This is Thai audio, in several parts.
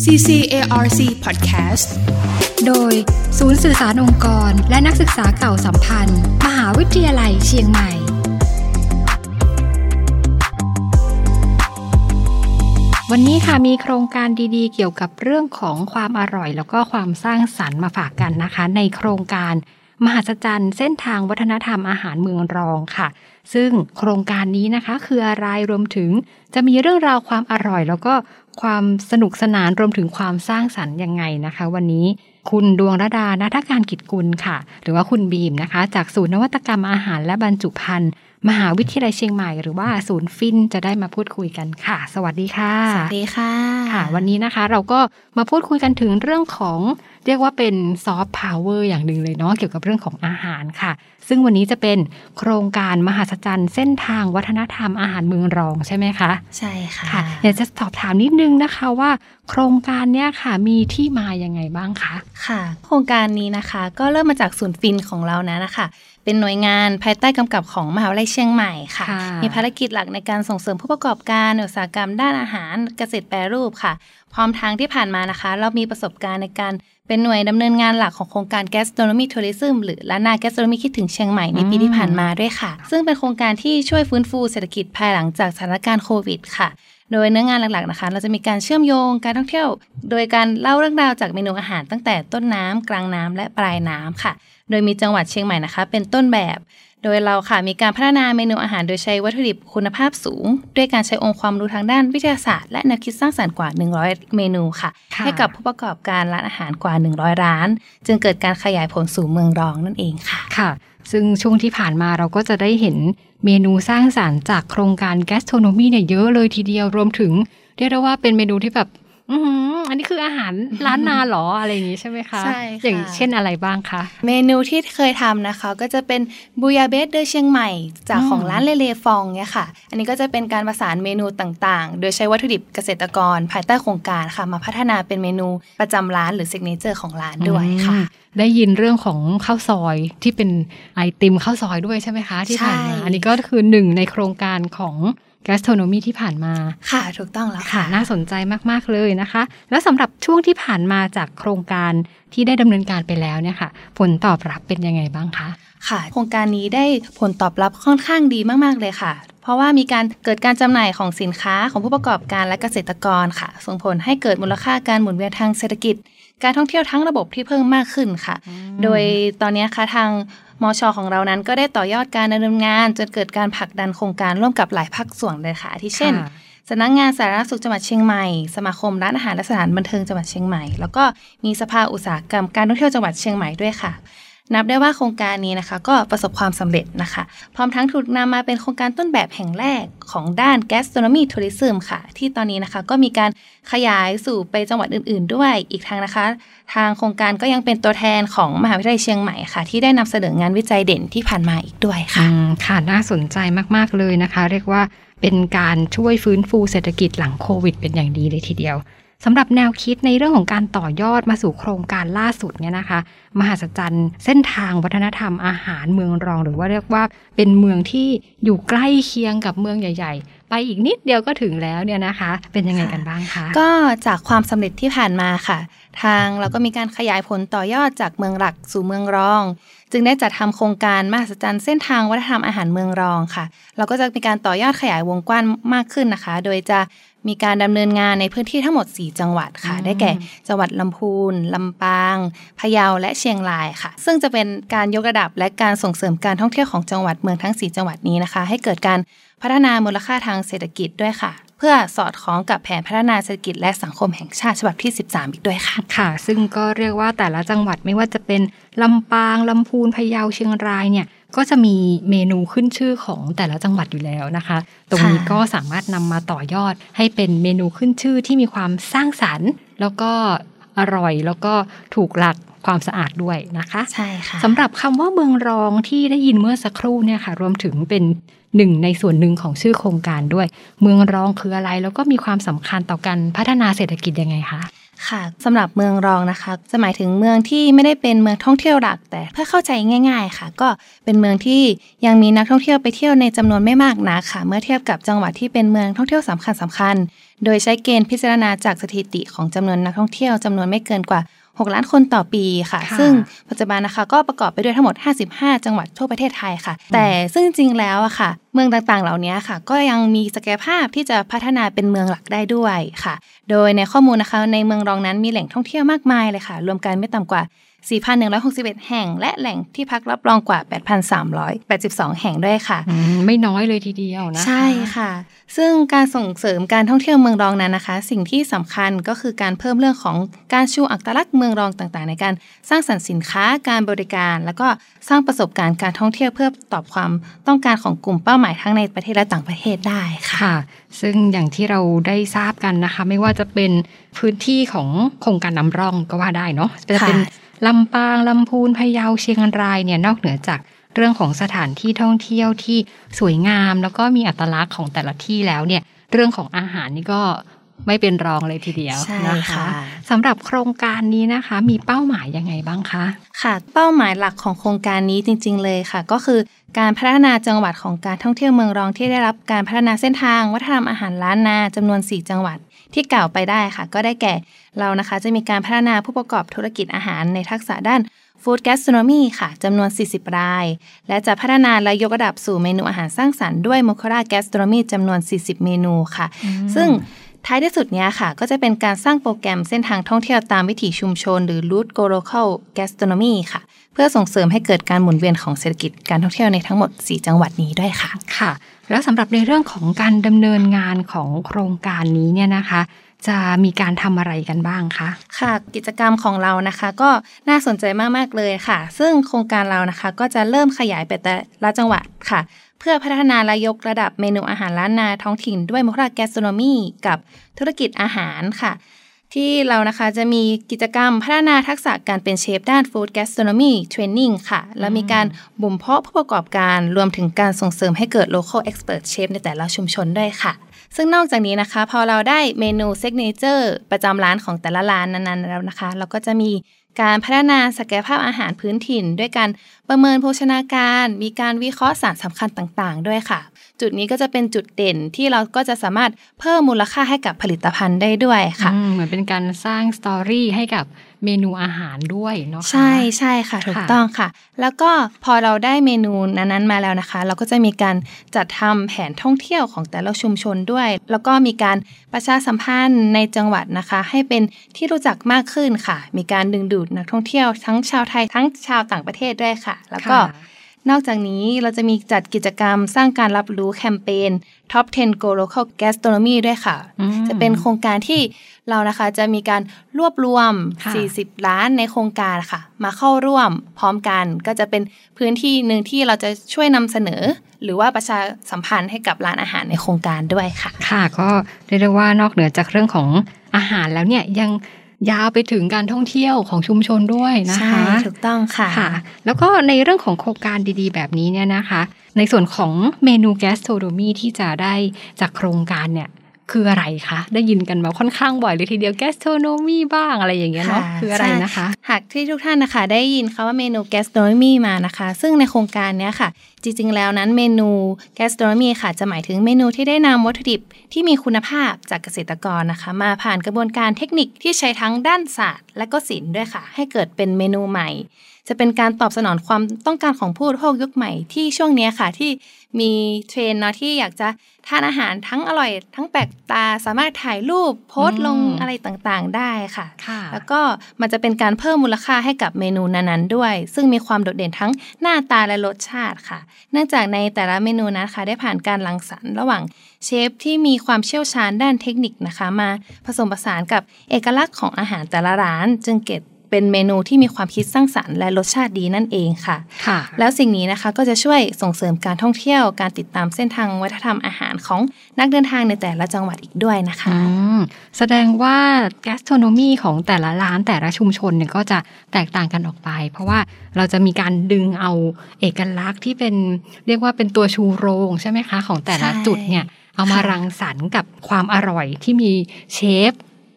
CCARC Podcast โดยศูนย์สื่อสารองค์กรและนักศึกษาเก่าสัมพันธ์มหาวิทยาลัยเชียงใหม่วันนี้ค่ะมีโครงการดีๆเกี่ยวกับเรื่องของความอร่อยแล้วก็ความสร้างสรรค์มาฝากกันนะคะในโครงการมหัศจรรย์เส้นทางวัฒนธรรมอาหารเมืองรองค่ะซึ่งโครงการนี้นะคะคืออะไรรวมถึงจะมีเรื่องราวความอร่อยแล้วก็ความสนุกสนานรวมถึงความสร้างสรรค์ยังไงนะคะวันนี้คุณดวงรดา ณัฐการกิจกุลค่ะหรือว่าคุณบีมนะคะจากศูนย์นวัตกรรมอาหารและบรรจุภัณฑ์มหาวิทยาลัยเชียงใหม่หรือว่าศูนย์ฟินจะได้มาพูดคุยกันค่ะสวัสดีค่ะสวัสดีค่ะค่ะวันนี้นะคะเราก็มาพูดคุยกันถึงเรื่องของเรียกว่าเป็นซอฟต์พาวเวอร์อย่างหนึ่งเลยเนาะเกี่ยวกับเรื่องของอาหารค่ะซึ่งวันนี้จะเป็นโครงการมหัศจรรย์เส้นทางวัฒนธรรมอาหารเมืองรองใช่ไหมคะใช่ค่ะอยากจะสอบถามนิดนึงนะคะว่าโครงการเนี้ยค่ะมีที่มายังไงบ้างคะค่ะโครงการนี้นะคะก็เริ่มมาจากศูนย์ฟินของเรานะคะเป็นหน่วยงานภายใต้กำกับของมหาวิทยาลัยเชียงใหม่ค่ะมีภารกิจหลักในการส่งเสริมผู้ประกอบการอุตสาหกรรมด้านอาหารเกษตรแปรรูปค่ะพร้อมทางที่ผ่านมานะคะเรามีประสบการณ์ในการเป็นหน่วยดำเนินงานหลักของโครงการ Gastronomy Tourism หรือล้านนา Gastronomy คิดถึงเชียงใหม่ในปีที่ผ่านมาด้วยค่ะซึ่งเป็นโครงการที่ช่วยฟื้นฟูเศรษฐกิจภายหลังจากสถานการณ์โควิดค่ะโดยเนื้องานหลักๆนะคะเราจะมีการเชื่อมโยงการท่องเที่ยวโดยการเล่าเรื่องราวจากเมนูอาหารตั้งแต่ต้นน้ำกลางน้ำและปลายน้ำค่ะโดยมีจังหวัดเชียงใหม่นะคะเป็นต้นแบบโดยเราค่ะมีการพัฒนาเมนูอาหารโดยใช้วัตถุดิบคุณภาพสูงด้วยการใช้องค์ความรู้ทางด้านวิทยาศาสตร์และแนวคิดสร้างสรรค์กว่า100เมนูค่ะให้กับผู้ประกอบการร้านอาหารกว่า100ร้านจึงเกิดการขยายผลสู่เมืองรองนั่นเองค่ะค่ะซึ่งช่วงที่ผ่านมาเราก็จะได้เห็นเมนูสร้างสรรค์จากโครงการ Gastronomy เนี่ยเยอะเลยทีเดียวรวมถึงเรียกได้ว่าเป็นเมนูที่แบบอันนี้คืออาหารร้านนาหรออะไรอย่างนี้ใช่ไหมคะใช่ค่ะอย่างเช่นอะไรบ้างคะเมนูที่เคยทำนะคะก็จะเป็นบูยาเบสเดอเชียงใหม่จากของร้านเลเลฟองเนี่ยค่ะอันนี้ก็จะเป็นการประสานเมนูต่างๆโดยใช้วัตถุดิบเกษตรกรภายใต้โครงการค่ะมาพัฒนาเป็นเมนูประจำร้านหรือซิกเนเจอร์ของร้านด้วยค่ะได้ยินเรื่องของข้าวซอยที่เป็นไอติมข้าวซอยด้วยใช่ไหมคะที่ผ่านมาอันนี้ก็คือหนึ่งในโครงการของGastronomy ที่ผ่านมาค่ะถูกต้องแล้วค่ะน่าสนใจมากๆเลยนะคะแล้วสำหรับช่วงที่ผ่านมาจากโครงการที่ได้ดำเนินการไปแล้วเนี่ยค่ะผลตอบรับเป็นยังไงบ้างคะค่ะโครงการนี้ได้ผลตอบรับค่อนข้างดีมากๆเลยค่ะเพราะว่ามีการเกิดการจำหน่ายของสินค้าของผู้ประกอบการและเกษตรกรค่ะส่งผลให้เกิดมูลค่าการหมุนเวียนทางเศรษฐกิจการท่องเที่ยวทั้งระบบที่เพิ่มมากขึ้นค่ะโดยตอนนี้ค่ะทางมช.ของเรานั้นก็ได้ต่อยอดการดำเนินงานจนเกิดการผลักดันโครงการร่วมกับหลายภาคส่วนเลยค่ะที่เช่นสำนักงานสาธารณสุขจังหวัดเชียงใหม่สมาคมร้านอาหารและสถานบันเทิงจังหวัดเชียงใหม่แล้วก็มีสภาอุตสาหกรรมการท่องเที่ยวจังหวัดเชียงใหม่ด้วยค่ะนับได้ว่าโครงการนี้นะคะก็ประสบความสำเร็จนะคะพร้อมทั้งถูกนำมาเป็นโครงการต้นแบบแห่งแรกของด้าน Gastronomy Tourism ค่ะที่ตอนนี้นะคะก็มีการขยายสู่ไปจังหวัดอื่นๆด้วยอีกทางนะคะทางโครงการก็ยังเป็นตัวแทนของมหาวิทยาลัยเชียงใหม่ค่ะที่ได้นำเสนองานวิจัยเด่นที่ผ่านมาอีกด้วยค่ะค่ะน่าสนใจมากๆเลยนะคะเรียกว่าเป็นการช่วยฟื้นฟูเศรษฐกิจหลังโควิดเป็นอย่างดีเลยทีเดียวสำหรับแนวคิดในเรื่องของการต่อยอดมาสู่โครงการล่าสุดเนี่ยนะคะมหัศจรรย์เส้นทางวัฒนธรรมอาหารเมืองรองหรือว่าเรียกว่าเป็นเมืองที่อยู่ใกล้เคียงกับเมืองใหญ่ๆไปอีกนิดเดียวก็ถึงแล้วเนี่ยนะคะเป็นยังไงกันบ้างคะก็จากความสำเร็จที่ผ่านมาค่ะทางเราก็มีการขยายผลต่อยอดจากเมืองหลักสู่เมืองรองจึงได้จัดทำโครงการมหัศจรรย์เส้นทางวัฒนธรรมอาหารเมืองรองค่ะเราก็จะมีการต่อยอดขยายวงกว้างมากขึ้นนะคะโดยจะมีการดำเนินงานในพื้นที่ทั้งหมด4จังหวัดค่ะได้แก่จังหวัดลำพูนลำปางพะเยาและเชียงรายค่ะซึ่งจะเป็นการยกระดับและการส่งเสริมการท่องเที่ยวของจังหวัดเมืองทั้ง4จังหวัดนี้นะคะให้เกิดการพัฒนามูลค่าทางเศรษฐกิจด้วยค่ะเพื่อสอดคล้องกับแผนพัฒนาเศรษฐกิจและสังคมแห่งชาติฉบับที่13อีกด้วยค่ะค่ะซึ่งก็เรียกว่าแต่ละจังหวัดไม่ว่าจะเป็นลำปางลำพูนพะเยาเชียงรายเนี่ยก็จะมีเมนูขึ้นชื่อของแต่ละจังหวัดอยู่แล้วนะคะตรงนี้ก็สามารถนำมาต่อยอดให้เป็นเมนูขึ้นชื่อที่มีความสร้างสรรค์แล้วก็อร่อยแล้วก็ถูกหลักความสะอาดด้วยนะคะใช่ค่ะสำหรับคำว่าเมืองรองที่ได้ยินเมื่อสักครู่เนี่ยค่ะรวมถึงเป็นหนึ่งในส่วนหนึ่งของชื่อโครงการด้วยเมืองรองคืออะไรแล้วก็มีความสำคัญต่อการพัฒนาเศรษฐกิจยังไงคะค่ะสำหรับเมืองรองนะคะจะหมายถึงเมืองที่ไม่ได้เป็นเมืองท่องเที่ยวหลักแต่เพื่อเข้าใจง่ายๆค่ะก็เป็นเมืองที่ยังมีนักท่องเที่ยวไปเที่ยวในจำนวนไม่มากนักค่ะเมื่อเทียบกับจังหวัดที่เป็นเมืองท่องเที่ยวสำคัญโดยใช้เกณฑ์พิจารณาจากสถิติของจำนวนนักท่องเที่ยวจำนวนไม่เกินกว่า6 ล้านคนต่อปีค่ะซึ่งปัจจุบันนะคะก็ประกอบไปด้วยทั้งหมด55จังหวัดทั่วประเทศไทยค่ะแต่ซึ่งจริงแล้วอะค่ะเมืองต่างๆเหล่านี้ค่ะก็ยังมีศักยภาพที่จะพัฒนาเป็นเมืองหลักได้ด้วยค่ะโดยในข้อมูลนะคะในเมืองรองนั้นมีแหล่งท่องเที่ยวมากมายเลยค่ะรวมกันไม่ต่ำกว่า 4,161 แห่งและแหล่งที่พักรับรองกว่า 8,382 แห่งด้วยค่ะไม่น้อยเลยทีเดียวนะคะใช่ค่ะซึ่งการส่งเสริมการท่องเที่ยวเมืองรองนั้นนะคะสิ่งที่สำคัญก็คือการเพิ่มเรื่องของการชูอัตลักษณ์เมืองรองต่างๆในการสร้างสรรค์สินค้าการบริการแล้วก็สร้างประสบการณ์การท่องเที่ยวเพื่อตอบความต้องการของกลุ่มเป้าหมายทั้งในประเทศและต่างประเทศได้ค่ะซึ่งอย่างที่เราได้ทราบกันนะคะไม่ว่าจะเป็นพื้นที่ของโครงการนำร่องก็ว่าได้เนาะจะเป็นลำปางลำพูนพะเยาเชียงรายเนี่ยนอกเหนือจากเรื่องของสถานที่ท่องเที่ยวที่สวยงามแล้วก็มีอัตลักษณ์ของแต่ละที่แล้วเนี่ยเรื่องของอาหารนี่ก็ไม่เป็นรองเลยทีเดียวนะคะสำหรับโครงการนี้นะคะมีเป้าหมายยังไงบ้างคะค่ะเป้าหมายหลักของโครงการนี้จริงๆเลยค่ะก็คือการพัฒนาจังหวัดของการท่องเที่ยวเมืองรองที่ได้รับการพัฒนาเส้นทางวัฒนธรรมอาหารล้านนาจำนวน4จังหวัดที่กล่าวไปได้ค่ะก็ได้แก่เรานะคะจะมีการพัฒนาผู้ประกอบธุรกิจอาหารในทักษะด้าน Food Gastronomy ค่ะจำนวน40รายและจะพัฒนาและยกระดับสู่เมนูอาหารสร้างสรรค์ด้วย Mochara Gastronomy จำนวน40เมนูค่ะซึ่งท้ายที่สุดเนี้ยค่ะก็จะเป็นการสร้างโปรแกรมเส้นทางท่องเที่ยวตามวิถีชุมชนหรือ Route Go Local Gastronomy ค่ะเพื่อส่งเสริมให้เกิดการหมุนเวียนของเศรษฐกิจการท่องเที่ยวในทั้งหมด4จังหวัดนี้ด้วยค่ะค่ะแล้วสำหรับในเรื่องของการดำเนินงานของโครงการนี้เนี่ยนะคะจะมีการทำอะไรกันบ้างคะค่ะกิจกรรมของเรานะคะก็น่าสนใจมากๆเลยค่ะซึ่งโครงการเรานะคะก็จะเริ่มขยายไปแต่ละจังหวัดค่ะเพื่อพัฒนาและยกระดับเมนูอาหารล้านนาท้องถิ่นด้วยMochara Gastronomyกับธุรกิจอาหารค่ะที่เรานะคะจะมีกิจกรรมพัฒนาทักษะการเป็นเชฟด้าน Food Gastronomy Training ค่ะและมีการบ่มเพาะผู้ประกอบการรวมถึงการส่งเสริมให้เกิด Local Expert Chef ในแต่ละชุมชนด้วยค่ะซึ่งนอกจากนี้นะคะพอเราได้เมนูซิกเนเจอร์ประจำร้านของแต่ละร้านนั้นๆแล้วนะคะเราก็จะมีการพัฒนาศักยภาพอาหารพื้นถิ่นด้วยการประเมินโภชนาการมีการวิเคราะห์สารสำคัญต่างๆด้วยค่ะจุดนี้ก็จะเป็นจุดเด่นที่เราก็จะสามารถเพิ่มมูลค่าให้กับผลิตภัณฑ์ได้ด้วยค่ะเหมือนเป็นการสร้างสตอรี่ให้กับเมนูอาหารด้วยเนาะใช่ใช่ค่ะถูกต้องค่ะแล้วก็พอเราได้เมนูนั้นๆมาแล้วนะคะเราก็จะมีการจัดทำแผนท่องเที่ยวของแต่ละชุมชนด้วยแล้วก็มีการประชาสัมพันธ์ในจังหวัดนะคะให้เป็นที่รู้จักมากขึ้นค่ะมีการดึงดูดนักท่องเที่ยวทั้งชาวไทยทั้งชาวต่างประเทศด้วยค่ะแล้วก็นอกจากนี้เราจะมีจัดกิจกรรมสร้างการรับรู้แคมเปญ Top 10 Go Local Gastronomy ด้วยค่ะจะเป็นโครงการที่เรานะคะจะมีการรวบรวม40ร้านในโครงการค่ะมาเข้าร่วมพร้อมกันก็จะเป็นพื้นที่นึงที่เราจะช่วยนำเสนอหรือว่าประชาสัมพันธ์ให้กับร้านอาหารในโครงการด้วยค่ะค่ะก็เรียกได้ว่านอกเหนือจากเรื่องของอาหารแล้วเนี่ยยังยาวไปถึงการท่องเที่ยวของชุมชนด้วยนะคะใช่ถูกต้องค่ะแล้วก็ในเรื่องของโครงการดีๆแบบนี้เนี่ยนะคะในส่วนของเมนู Gastronomy ที่จะได้จากโครงการเนี่ยคืออะไรคะได้ยินกันมาค่อนข้างบ่อยเลยทีเดียว Gastronomy บ้างอะไรอย่างเงี้ยเนาะคืออะไรนะคะหากที่ทุกท่านนะคะได้ยินคำว่าเมนู Gastronomy มานะคะซึ่งในโครงการเนี้ยค่ะจริงๆแล้วนั้นเมนู Gastronomy ค่ะจะหมายถึงเมนูที่ได้นำวัตถุดิบที่มีคุณภาพจากเกษตรกรนะคะมาผ่านกระบวนการเทคนิคที่ใช้ทั้งด้านศาสตร์และก็ศิลป์ด้วยค่ะให้เกิดเป็นเมนูใหม่จะเป็นการตอบสนองความต้องการของผู้บริโภคยุคใหม่ที่ช่วงนี้ค่ะที่มีเทรนด์เนาะที่อยากจะทานอาหารทั้งอร่อยทั้งแปลกตาสามารถถ่ายรูปโพสต์ลงอะไรต่างๆได้ค่ะแล้วก็มันจะเป็นการเพิ่มมูลค่าให้กับเมนูนั้นๆด้วยซึ่งมีความโดดเด่นทั้งหน้าตาและรสชาติค่ะเนื่องจากในแต่ละเมนูนะคะได้ผ่านการรังสรรค์ระหว่างเชฟที่มีความเชี่ยวชาญด้านเทคนิคนะคะมาผสมผสานกับเอกลักษณ์ของอาหารแต่ละร้านจึงเกิดเป็นเมนูที่มีความคิดสร้างสรรค์และรสชาติดีนั่นเองค่ะแล้วสิ่งนี้นะคะก็จะช่วยส่งเสริมการท่องเที่ยวการติดตามเส้นทางวัฒนธรรมอาหารของนักเดินทางในแต่ละจังหวัดอีกด้วยนะคะแสดงว่า gastronomy ของแต่ละร้านแต่ละชุมชนเนี่ยก็จะแตกต่างกันออกไปเพราะว่าเราจะมีการดึงเอาเอกลักษณ์ที่เป็นเรียกว่าเป็นตัวชูโรงใช่ไหมคะของแต่ละจุดเนี่ยเอามารังสรรค์กับความอร่อยที่มีเชฟ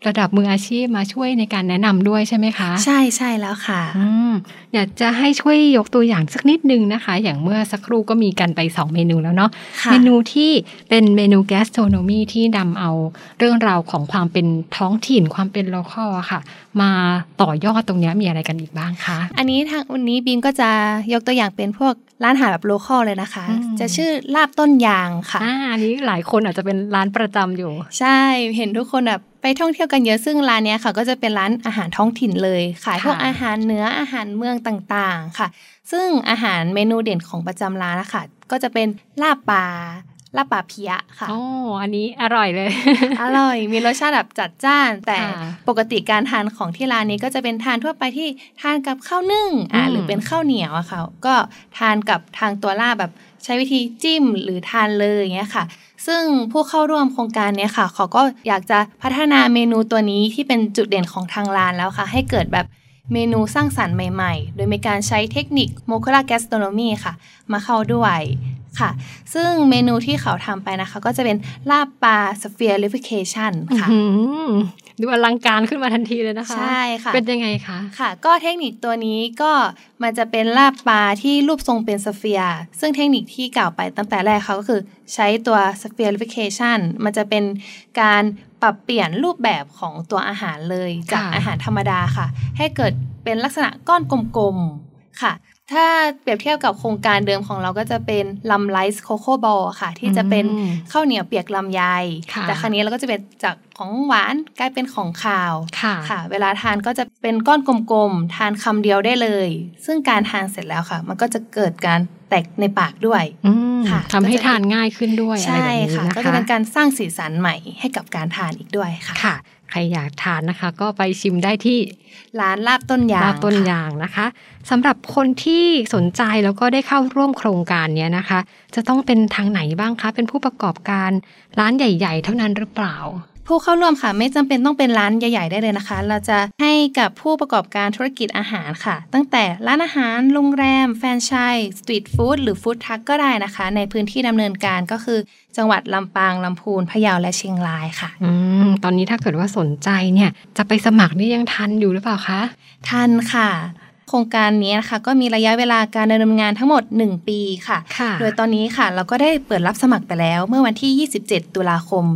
ระดับมืออาชีพมาช่วยในการแนะนำด้วยใช่ไหมคะใช่แล้วค่ะอยากจะให้ช่วยยกตัวอย่างสักนิดนึงนะคะอย่างเมื่อสักครู่ก็มีกันไป2เมนูแล้วเนาะเมนูที่เป็นเมนู gastronomy ที่นำเอาเรื่องราวของความเป็นท้องถิ่นความเป็น local อะค่ะมาต่อยอดตรงนี้มีอะไรกันอีกบ้างคะอันนี้ทางวันนี้บีมก็จะยกตัวอย่างเป็นพวกร้านอาหารแบบ local เลยนะคะจะชื่อลาบต้นยางค่ะอันนี้หลายคนอาจจะเป็นร้านประจำอยู่ใช่เห็นทุกคนแบบไปท่องเที่ยวกันเยอะซึ่งร้านนี้ค่ะก็จะเป็นร้านอาหารท้องถิ่นเลยขายพวกอาหารเหนืออาหารเมืองต่างๆค่ะซึ่งอาหารเมนูเด่นของประจำร้านนะคะก็จะเป็นลาบปลาเพี้ยค่ะอันนี้อร่อยเลยอร่อยมีรสชาติแบบจัดจ้านแต่ปกติการทานของที่ร้านนี้ก็จะเป็นทานทั่วไปที่ทานกับข้าวนึ่งหรือเป็นข้าวเหนียวอะค่ะก็ทานกับทางตัวลาบแบบใช้วิธีจิ้มหรือทานเลยอย่างเงี้ยค่ะซึ่งผู้เข้าร่วมโครงการนี้ค่ะเขาก็อยากจะพัฒนาเมนูตัวนี้ที่เป็นจุดเด่นของทางร้านแล้วค่ะให้เกิดแบบเมนูสร้างสรรค์ใหม่ๆโดยมีการใช้เทคนิค Molecular Gastronomy ค่ะมาเข้าด้วยค่ะซึ่งเมนูที่เขาทำไปนะคะก็จะเป็นลาบปลา Spherification ค่ะดูอลังการขึ้นมาทันทีเลยนะคะใช่ค่ะเป็นยังไงคะค่ะก็เทคนิคตัวนี้ก็มันจะเป็นลาบปลาที่รูปทรงเป็นสเฟียร์ซึ่งเทคนิคที่กล่าวไปตั้งแต่แรกเขาก็คือใช้ตัว Spherification มันจะเป็นการปรับเปลี่ยนรูปแบบของตัวอาหารเลยจากอาหารธรรมดาค่ะให้เกิดเป็นลักษณะก้อนกลมๆค่ะถ้าเปรียบเทียบกับโครงการเดิมของเราก็จะเป็นลำไรซ์โคโค่บอลค่ะที่จะเป็นข้าวเหนียวเปียกลำไยแต่ครั้งนี้เราก็จะเป็นจากของหวานกลายเป็นของคาวค่ะเวลาทานก็จะเป็นก้อนกลมๆทานคำเดียวได้เลยซึ่งการทานเสร็จแล้วค่ะมันก็จะเกิดการแตกในปากด้วยค่ะทำให้ทานง่ายขึ้นด้วยอะไรแบบนี้นะคะก็จะเป็นการสร้างสีสันใหม่ให้กับการทานอีกด้วยค่ะใครอยากทานนะคะก็ไปชิมได้ที่ร้านลาบต้นยางนะคะสำหรับคนที่สนใจแล้วก็ได้เข้าร่วมโครงการนี้นะคะจะต้องเป็นทางไหนบ้างคะเป็นผู้ประกอบการร้านใหญ่ๆเท่านั้นหรือเปล่าผู้เข้าร่วมค่ะไม่จำเป็นต้องเป็นร้านใหญ่ๆได้เลยนะคะเราจะให้กับผู้ประกอบการธุรกิจอาหารค่ะตั้งแต่ร้านอาหารโรงแรมแฟรนไชส์สตรีทฟู้ดหรือฟู้ดทรัคก็ได้นะคะในพื้นที่ดำเนินการก็คือจังหวัดลำปางลำพูนพะเยาและเชียงรายค่ะตอนนี้ถ้าเกิดว่าสนใจเนี่ยจะไปสมัครนี่ยังทันอยู่หรือเปล่าคะทันค่ะโครงการนี้นะคะก็มีระยะเวลาการดำเนินงานทั้งหมด1ปีค่ะโดยตอนนี้ค่ะเราก็ได้เปิดรับสมัครไปแล้วเมื่อวันที่27ตุลาคม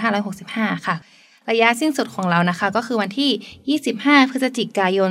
2565ค่ะระยะสิ้นสุดของเรานะคะก็คือวันที่25พฤศจิกายน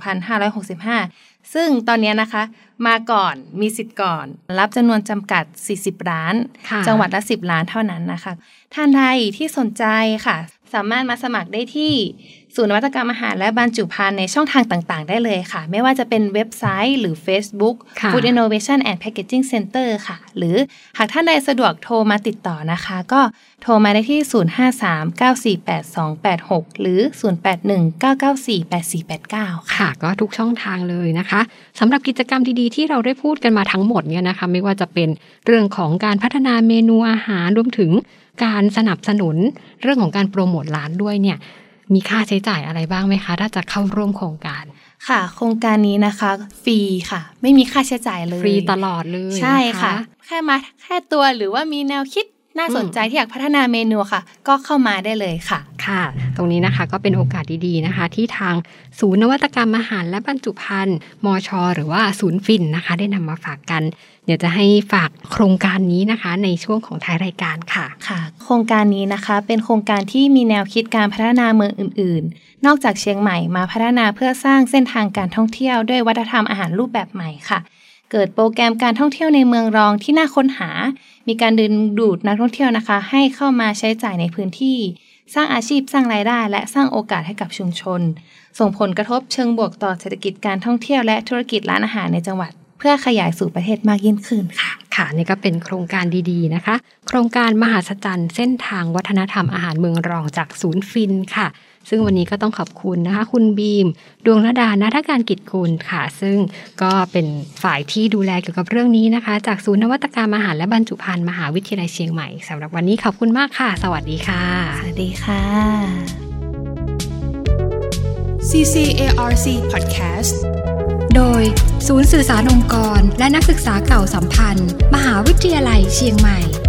2565ซึ่งตอนนี้นะคะมาก่อนมีสิทธิ์ก่อนรับจำนวนจำกัด40ล้านจังหวัดละ10ล้านเท่านั้นนะคะท่านใดที่สนใจค่ะสามารถมาสมัครได้ที่ศูนย์นวัตกรรมอาหารและบรรจุภัณฑ์ในช่องทางต่างๆได้เลยค่ะไม่ว่าจะเป็นเว็บไซต์หรือ Facebook Food Innovation and Packaging Center ค่ะหรือหากท่านใดสะดวกโทรมาติดต่อนะคะก็โทรมาได้ที่053-948-286หรือ081-994-8489 ค่ะก็ทุกช่องทางเลยนะคะสำหรับกิจกรรมดีๆที่เราได้พูดกันมาทั้งหมดเนี่ยนะคะไม่ว่าจะเป็นเรื่องของการพัฒนาเมนูอาหารรวมถึงการสนับสนุนเรื่องของการโปรโมทร้านด้วยเนี่ยมีค่าใช้จ่ายอะไรบ้างไหมคะถ้าจะเข้าร่วมโครงการค่ะโครงการนี้นะคะฟรีค่ะไม่มีค่าใช้จ่ายเลยฟรีตลอดเลยใช่ค่ะแค่ตัวหรือว่ามีแนวคิดน่าสนใจที่อยากพัฒนาเมนูค่ะก็เข้ามาได้เลยค่ะค่ะตรงนี้นะคะก็เป็นโอกาสดีๆนะคะที่ทางศูนย์นวัตกรรมอาหารและบรรจุภัณฑ์มช.หรือว่าศูนย์ฟินนะคะได้นำมาฝากกันเดี๋ยวจะให้ฝากโครงการนี้นะคะในช่วงของท้ายรายการค่ะค่ะโครงการนี้นะคะเป็นโครงการที่มีแนวคิดการพัฒนาเมืองอื่นๆนอกจากเชียงใหม่มาพัฒนาเพื่อสร้างเส้นทางการท่องเที่ยวด้วยวัฒนธรรมอาหารรูปแบบใหม่ค่ะเกิดโปรแกรมการท่องเที่ยวในเมืองรองที่น่าค้นหามีการดึงดูดนักท่องเที่ยวนะคะให้เข้ามาใช้จ่ายในพื้นที่สร้างอาชีพสร้างรายได้และสร้างโอกาสให้กับชุมชนส่งผลกระทบเชิงบวกต่อเศรษฐกิจการท่องเที่ยวและธุรกิจร้านอาหารในจังหวัดเพื่อขยายสู่ประเทศมากยิ่งขึ้นค่ะค่ะนี่ก็เป็นโครงการดีๆนะคะโครงการมหัศจรรย์เส้นทางวัฒนธรรมอาหารเมืองรองจากศูนย์ฟินค่ะซึ่งวันนี้ก็ต้องขอบคุณนะคะคุณบีมดวงระดาณัฐการกิจกุลค่ะซึ่งก็เป็นฝ่ายที่ดูแลเกี่ยวกับเรื่องนี้นะคะจากศูนย์นวัตกรรมอาหารและบรรจุภัณฑ์มหาวิทยาลัยเชียงใหม่สำหรับวันนี้ขอบคุณมากค่ะสวัสดีค่ะสวัสดีค่ะ CCARC Podcast โดยศูนย์สื่อสารองค์กรและนักศึกษาเก่าสัมพันธ์มหาวิทยาลัยเชียงใหม่